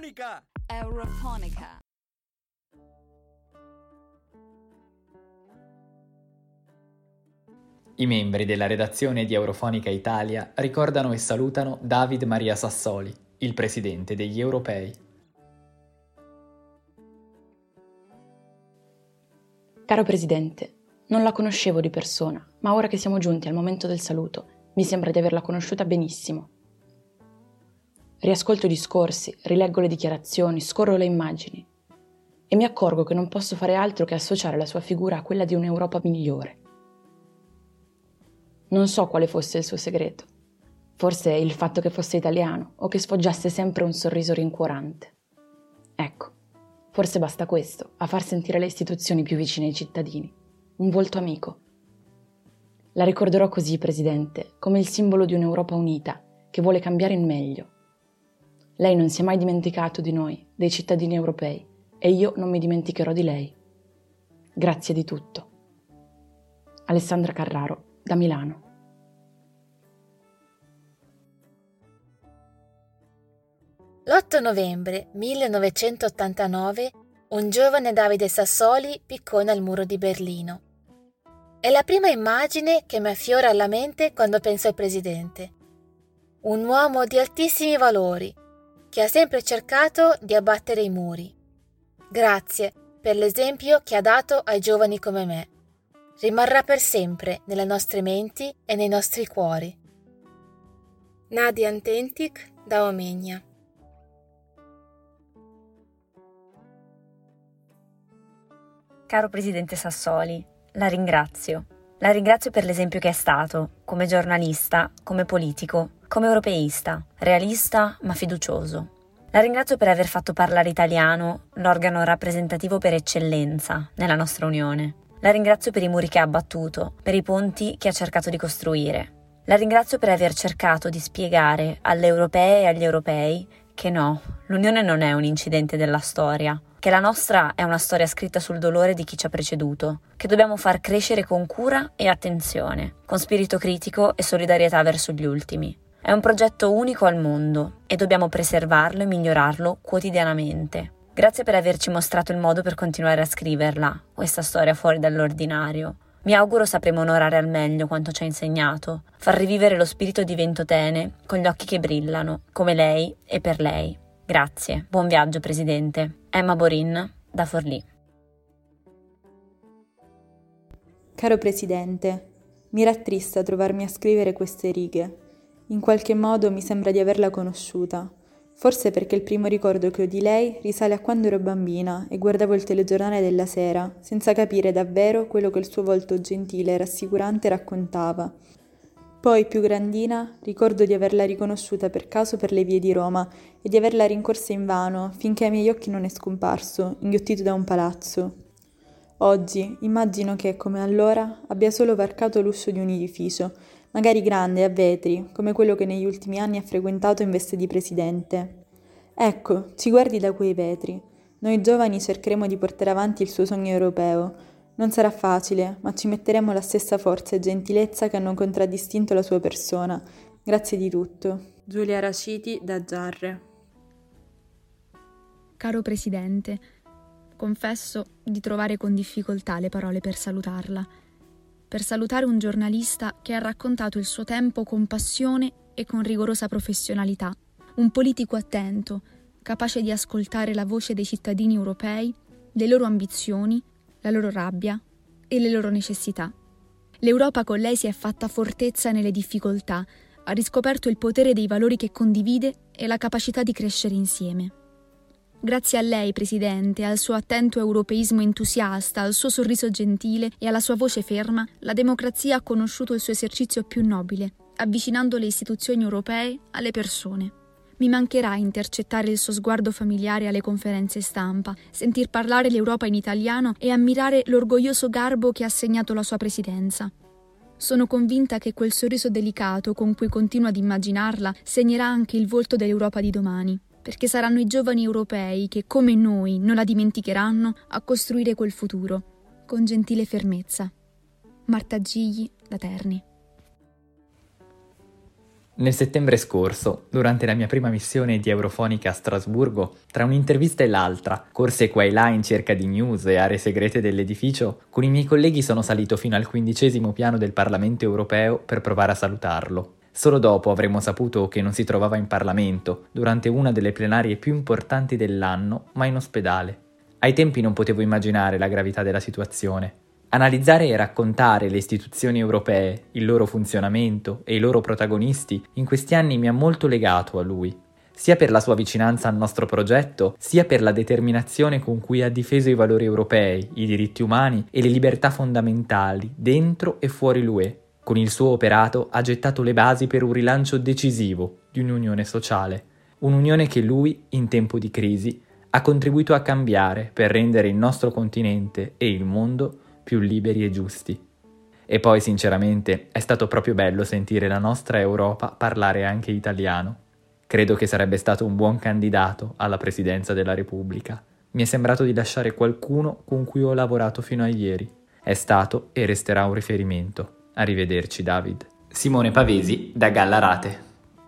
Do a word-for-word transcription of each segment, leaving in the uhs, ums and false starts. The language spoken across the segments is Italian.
Eurofonica! Eurofonica. I membri della redazione di Eurofonica Italia ricordano e salutano David Maria Sassoli, il presidente degli Europei. Caro Presidente, non la conoscevo di persona, ma ora che siamo giunti al momento del saluto, mi sembra di averla conosciuta benissimo. Riascolto i discorsi, rileggo le dichiarazioni, scorro le immagini e mi accorgo che non posso fare altro che associare la sua figura a quella di un'Europa migliore. Non so quale fosse il suo segreto, forse il fatto che fosse italiano o che sfoggiasse sempre un sorriso rincuorante. Ecco, forse basta questo a far sentire le istituzioni più vicine ai cittadini, un volto amico. La ricorderò così, Presidente, come il simbolo di un'Europa unita che vuole cambiare in meglio. Lei non si è mai dimenticato di noi, dei cittadini europei, e io non mi dimenticherò di lei. Grazie di tutto. Alessandra Carraro, da Milano. L'otto novembre millenovecentottantanove un giovane Davide Sassoli piccò nel muro di Berlino. È la prima immagine che mi affiora alla mente quando penso al presidente. Un uomo di altissimi valori, che ha sempre cercato di abbattere i muri. Grazie per l'esempio che ha dato ai giovani come me. Rimarrà per sempre nelle nostre menti e nei nostri cuori. Nadia Antentic, da Omegna. Caro Presidente Sassoli, la ringrazio. La ringrazio per l'esempio che è stato, come giornalista, come politico, come europeista, realista ma fiducioso. La ringrazio per aver fatto parlare italiano, l'organo rappresentativo per eccellenza nella nostra Unione. La ringrazio per i muri che ha abbattuto, per i ponti che ha cercato di costruire. La ringrazio per aver cercato di spiegare alle europee e agli europei che no, l'Unione non è un incidente della storia, che la nostra è una storia scritta sul dolore di chi ci ha preceduto, che dobbiamo far crescere con cura e attenzione, con spirito critico e solidarietà verso gli ultimi. È un progetto unico al mondo e dobbiamo preservarlo e migliorarlo quotidianamente. Grazie per averci mostrato il modo per continuare a scriverla, questa storia fuori dall'ordinario. Mi auguro sapremo onorare al meglio quanto ci ha insegnato, far rivivere lo spirito di Ventotene con gli occhi che brillano, come lei e per lei. Grazie, buon viaggio Presidente. Emma Borin, da Forlì. Caro Presidente, mi rattrista trovarmi a scrivere queste righe. In qualche modo mi sembra di averla conosciuta, forse perché il primo ricordo che ho di lei risale a quando ero bambina e guardavo il telegiornale della sera, senza capire davvero quello che il suo volto gentile e rassicurante raccontava. Poi, più grandina, ricordo di averla riconosciuta per caso per le vie di Roma e di averla rincorsa invano finché ai miei occhi non è scomparso, inghiottito da un palazzo. Oggi immagino che, come allora, abbia solo varcato l'uscio di un edificio, magari grande, a vetri, come quello che negli ultimi anni ha frequentato in veste di presidente. Ecco, ci guardi da quei vetri. Noi giovani cercheremo di portare avanti il suo sogno europeo. Non sarà facile, ma ci metteremo la stessa forza e gentilezza che hanno contraddistinto la sua persona. Grazie di tutto. Giulia Raciti, da Giarre. Caro Presidente, confesso di trovare con difficoltà le parole per salutarla. Per salutare un giornalista che ha raccontato il suo tempo con passione e con rigorosa professionalità. Un politico attento, capace di ascoltare la voce dei cittadini europei, le loro ambizioni, la loro rabbia e le loro necessità. L'Europa con lei si è fatta fortezza nelle difficoltà, ha riscoperto il potere dei valori che condivide e la capacità di crescere insieme. Grazie a lei, Presidente, al suo attento europeismo entusiasta, al suo sorriso gentile e alla sua voce ferma, la democrazia ha conosciuto il suo esercizio più nobile, avvicinando le istituzioni europee alle persone. Mi mancherà intercettare il suo sguardo familiare alle conferenze stampa, sentir parlare l'Europa in italiano e ammirare l'orgoglioso garbo che ha segnato la sua presidenza. Sono convinta che quel sorriso delicato con cui continua ad immaginarla segnerà anche il volto dell'Europa di domani, perché saranno i giovani europei che, come noi, non la dimenticheranno a costruire quel futuro, con gentile fermezza. Marta Gigli, da Terni. Nel settembre scorso, durante la mia prima missione di Eurofonica a Strasburgo, tra un'intervista e l'altra, corse qua e là in cerca di news e aree segrete dell'edificio, con i miei colleghi sono salito fino al quindicesimo piano del Parlamento europeo per provare a salutarlo. Solo dopo avremmo saputo che non si trovava in Parlamento, durante una delle plenarie più importanti dell'anno, ma in ospedale. Ai tempi non potevo immaginare la gravità della situazione. Analizzare e raccontare le istituzioni europee, il loro funzionamento e i loro protagonisti in questi anni mi ha molto legato a lui, sia per la sua vicinanza al nostro progetto, sia per la determinazione con cui ha difeso i valori europei, i diritti umani e le libertà fondamentali dentro e fuori l'U E. Con il suo operato ha gettato le basi per un rilancio decisivo di un'unione sociale, un'unione che lui, in tempo di crisi, ha contribuito a cambiare per rendere il nostro continente e il mondo più liberi e giusti. E poi, sinceramente, è stato proprio bello sentire la nostra Europa parlare anche italiano. Credo che sarebbe stato un buon candidato alla presidenza della Repubblica. Mi è sembrato di lasciare qualcuno con cui ho lavorato fino a ieri. È stato e resterà un riferimento. Arrivederci, David. Simone Pavesi, da Gallarate.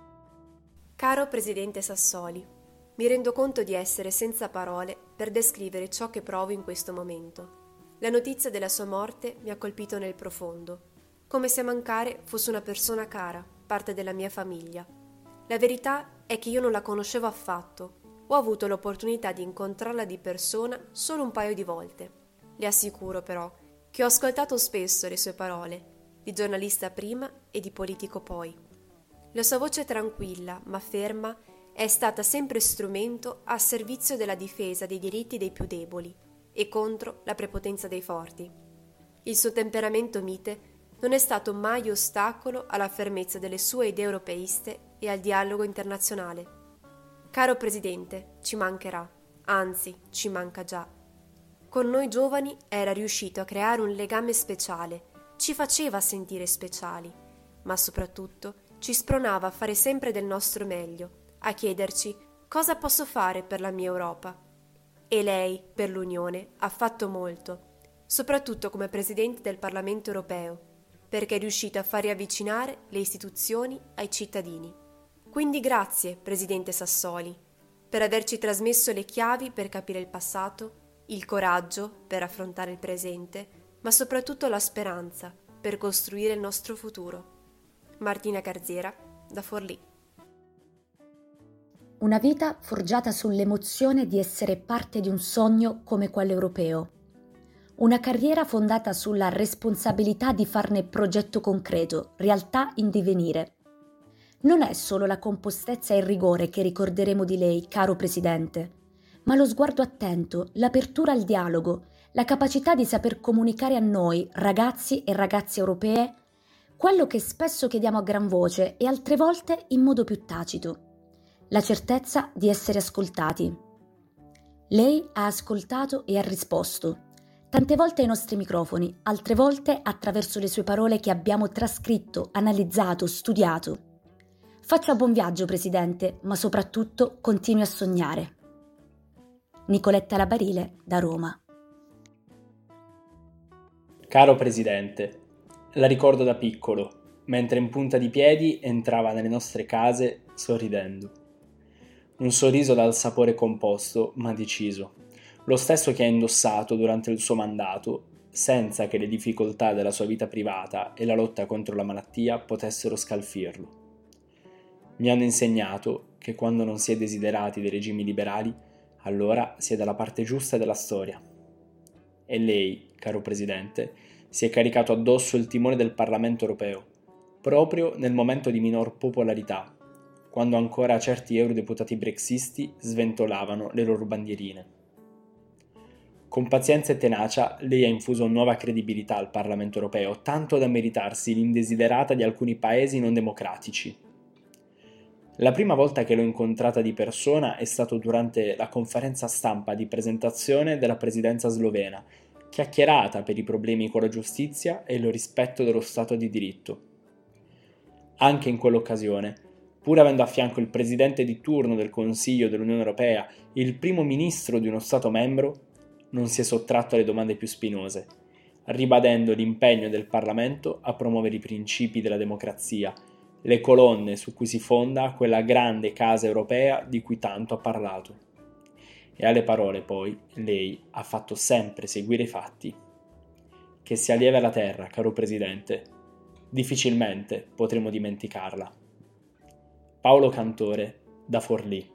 Caro Presidente Sassoli, mi rendo conto di essere senza parole per descrivere ciò che provo in questo momento. La notizia della sua morte mi ha colpito nel profondo, come se a mancare fosse una persona cara, parte della mia famiglia. La verità è che io non la conoscevo affatto, ho avuto l'opportunità di incontrarla di persona solo un paio di volte. Le assicuro però che ho ascoltato spesso le sue parole, di giornalista prima e di politico poi. La sua voce tranquilla ma ferma è stata sempre strumento a servizio della difesa dei diritti dei più deboli e contro la prepotenza dei forti. Il suo temperamento mite non è stato mai ostacolo alla fermezza delle sue idee europeiste e al dialogo internazionale. Caro Presidente, ci mancherà, anzi, ci manca già. Con noi giovani era riuscito a creare un legame speciale, ci faceva sentire speciali, ma soprattutto ci spronava a fare sempre del nostro meglio, a chiederci cosa posso fare per la mia Europa. E lei, per l'Unione, ha fatto molto, soprattutto come Presidente del Parlamento europeo, perché è riuscito a far riavvicinare le istituzioni ai cittadini. Quindi grazie, Presidente Sassoli, per averci trasmesso le chiavi per capire il passato, il coraggio per affrontare il presente, ma soprattutto la speranza per costruire il nostro futuro. Martina Garziera, da Forlì. Una vita forgiata sull'emozione di essere parte di un sogno come quello europeo. Una carriera fondata sulla responsabilità di farne progetto concreto, realtà in divenire. Non è solo la compostezza e il rigore che ricorderemo di lei, caro Presidente, ma lo sguardo attento, l'apertura al dialogo, la capacità di saper comunicare a noi, ragazzi e ragazze europee, quello che spesso chiediamo a gran voce e altre volte in modo più tacito. La certezza di essere ascoltati. Lei ha ascoltato e ha risposto, tante volte ai nostri microfoni, altre volte attraverso le sue parole che abbiamo trascritto, analizzato, studiato. Faccia buon viaggio, Presidente, ma soprattutto continui a sognare. Nicoletta Labarile, da Roma. Caro Presidente, la ricordo da piccolo, mentre in punta di piedi entrava nelle nostre case sorridendo. Un sorriso dal sapore composto ma deciso, lo stesso che ha indossato durante il suo mandato, senza che le difficoltà della sua vita privata e la lotta contro la malattia potessero scalfirlo. Mi hanno insegnato che quando non si è desiderati dei regimi liberali, allora si è dalla parte giusta della storia. E lei, caro Presidente, si è caricato addosso il timone del Parlamento europeo, proprio nel momento di minor popolarità, quando ancora certi eurodeputati brexisti sventolavano le loro bandierine. Con pazienza e tenacia lei ha infuso nuova credibilità al Parlamento europeo, tanto da meritarsi l'indesiderata di alcuni paesi non democratici. La prima volta che l'ho incontrata di persona è stato durante la conferenza stampa di presentazione della presidenza slovena, chiacchierata per i problemi con la giustizia e il rispetto dello Stato di diritto. Anche in quell'occasione, pur avendo a fianco il presidente di turno del Consiglio dell'Unione Europea, il primo ministro di uno Stato membro, non si è sottratto alle domande più spinose, ribadendo l'impegno del Parlamento a promuovere i principi della democrazia, le colonne su cui si fonda quella grande casa europea di cui tanto ha parlato. E alle parole, poi, lei ha fatto sempre seguire i fatti. Che sia lieve la terra, caro Presidente, difficilmente potremo dimenticarla. Paolo Cantore, da Forlì.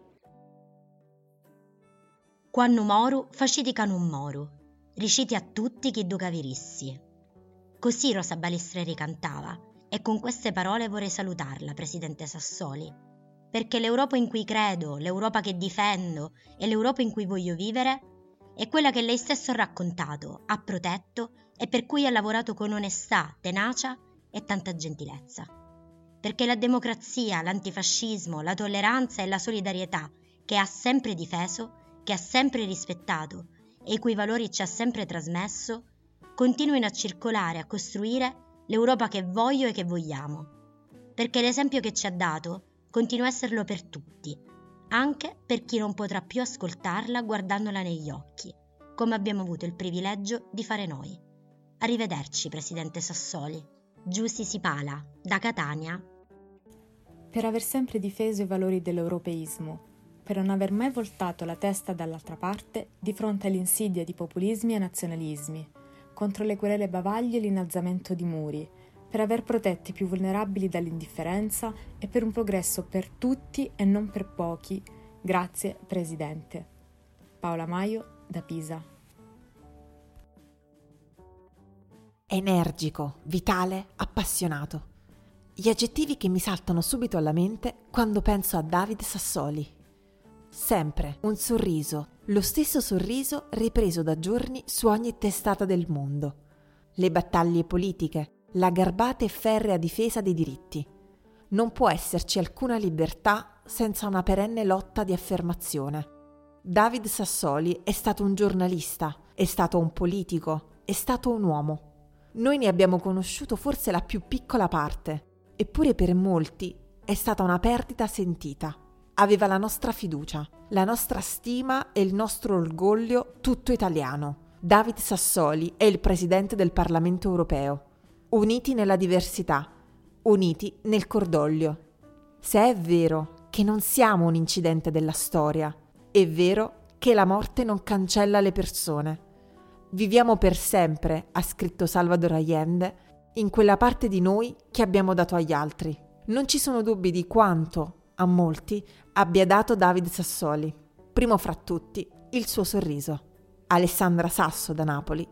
Quando moro, faciti non moro, riciti a tutti chi duca virissi. Così Rosa Balestreri cantava, e con queste parole vorrei salutarla, Presidente Sassoli, perché l'Europa in cui credo, l'Europa che difendo e l'Europa in cui voglio vivere è quella che lei stesso ha raccontato, ha protetto e per cui ha lavorato con onestà, tenacia e tanta gentilezza. Perché la democrazia, l'antifascismo, la tolleranza e la solidarietà che ha sempre difeso, che ha sempre rispettato e i cui valori ci ha sempre trasmesso, continuino a circolare, a costruire l'Europa che voglio e che vogliamo. Perché l'esempio che ci ha dato continua a esserlo per tutti, anche per chi non potrà più ascoltarla guardandola negli occhi, come abbiamo avuto il privilegio di fare noi. Arrivederci, Presidente Sassoli. Giussi Sipala, da Catania. Per aver sempre difeso i valori dell'europeismo, per non aver mai voltato la testa dall'altra parte di fronte all'insidia di populismi e nazionalismi, contro le querele bavaglie e l'innalzamento di muri, per aver protetto i più vulnerabili dall'indifferenza e per un progresso per tutti e non per pochi. Grazie, Presidente. Paola Maio, da Pisa. Energico, vitale, appassionato. Gli aggettivi che mi saltano subito alla mente quando penso a David Sassoli. Sempre un sorriso, lo stesso sorriso ripreso da giorni su ogni testata del mondo. Le battaglie politiche, la garbata e ferrea difesa dei diritti. Non può esserci alcuna libertà senza una perenne lotta di affermazione. David Sassoli è stato un giornalista, è stato un politico, è stato un uomo. Noi ne abbiamo conosciuto forse la più piccola parte, eppure per molti è stata una perdita sentita. Aveva la nostra fiducia, la nostra stima e il nostro orgoglio tutto italiano. David Sassoli è il Presidente del Parlamento Europeo. Uniti nella diversità, uniti nel cordoglio. Se è vero che non siamo un incidente della storia, è vero che la morte non cancella le persone. Viviamo per sempre, ha scritto Salvador Allende, in quella parte di noi che abbiamo dato agli altri. Non ci sono dubbi di quanto, a molti, abbia dato David Sassoli. Primo fra tutti, il suo sorriso. Alessandra Sasso, da Napoli.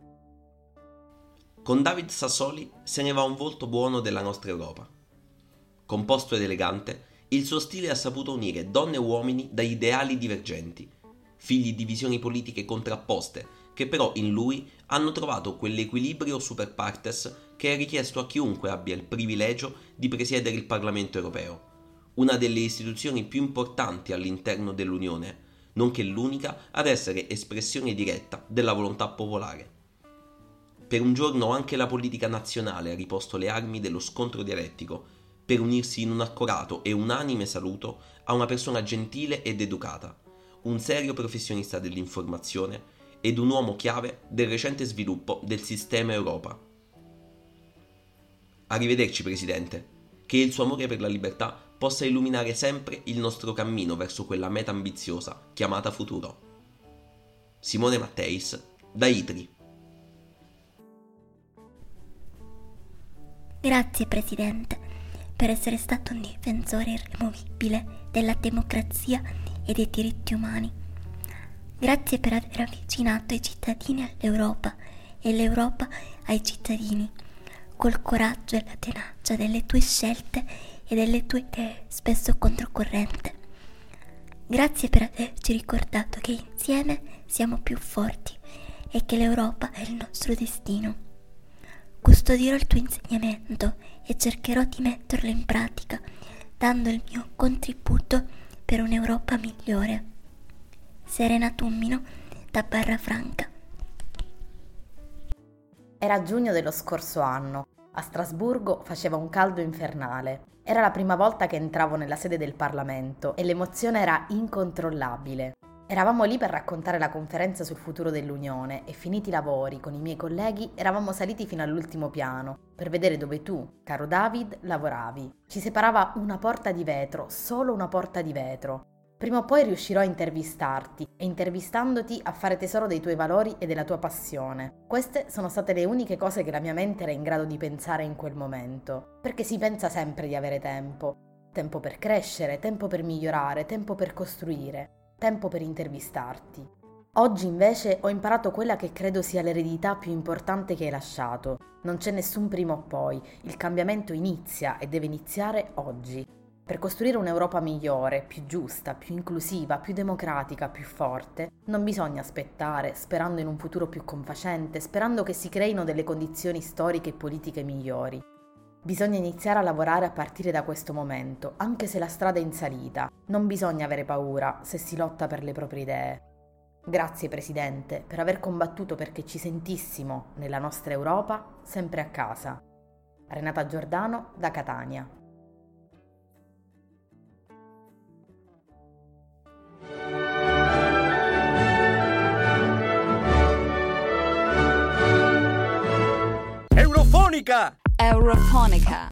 Con David Sassoli se ne va un volto buono della nostra Europa. Composto ed elegante, il suo stile ha saputo unire donne e uomini da ideali divergenti, figli di visioni politiche contrapposte, che però in lui hanno trovato quell'equilibrio super partes che è richiesto a chiunque abbia il privilegio di presiedere il Parlamento europeo, una delle istituzioni più importanti all'interno dell'Unione, nonché l'unica ad essere espressione diretta della volontà popolare. Per un giorno anche la politica nazionale ha riposto le armi dello scontro dialettico per unirsi in un accorato e unanime saluto a una persona gentile ed educata, un serio professionista dell'informazione ed un uomo chiave del recente sviluppo del sistema Europa. Arrivederci, Presidente, che il suo amore per la libertà possa illuminare sempre il nostro cammino verso quella meta ambiziosa chiamata futuro. Simone Matteis, da Itri. Grazie, Presidente, per essere stato un difensore irremovibile della democrazia e dei diritti umani. Grazie per aver avvicinato i cittadini all'Europa e l'Europa ai cittadini, col coraggio e la tenacia delle tue scelte e delle tue idee spesso controcorrente. Grazie per averci ricordato che insieme siamo più forti e che l'Europa è il nostro destino. Custodirò il tuo insegnamento e cercherò di metterlo in pratica, dando il mio contributo per un'Europa migliore. Serena Tummino, da Barra Franca. Era giugno dello scorso anno. A Strasburgo faceva un caldo infernale. Era la prima volta che entravo nella sede del Parlamento e l'emozione era incontrollabile. Eravamo lì per raccontare la conferenza sul futuro dell'Unione e finiti i lavori con i miei colleghi eravamo saliti fino all'ultimo piano per vedere dove tu, caro David, lavoravi. Ci separava una porta di vetro, solo una porta di vetro. Prima o poi riuscirò a intervistarti e intervistandoti a fare tesoro dei tuoi valori e della tua passione. Queste sono state le uniche cose che la mia mente era in grado di pensare in quel momento, perché si pensa sempre di avere tempo. Tempo per crescere, tempo per migliorare, tempo per costruire. Tempo per intervistarti. Oggi invece ho imparato quella che credo sia l'eredità più importante che hai lasciato. Non c'è nessun prima o poi, il cambiamento inizia e deve iniziare oggi. Per costruire un'Europa migliore, più giusta, più inclusiva, più democratica, più forte, non bisogna aspettare, sperando in un futuro più confacente, sperando che si creino delle condizioni storiche e politiche migliori. Bisogna iniziare a lavorare a partire da questo momento, anche se la strada è in salita. Non bisogna avere paura se si lotta per le proprie idee. Grazie Presidente per aver combattuto perché ci sentissimo nella nostra Europa sempre a casa. Renata Giordano da Catania. Eurofonica! Eurofonica.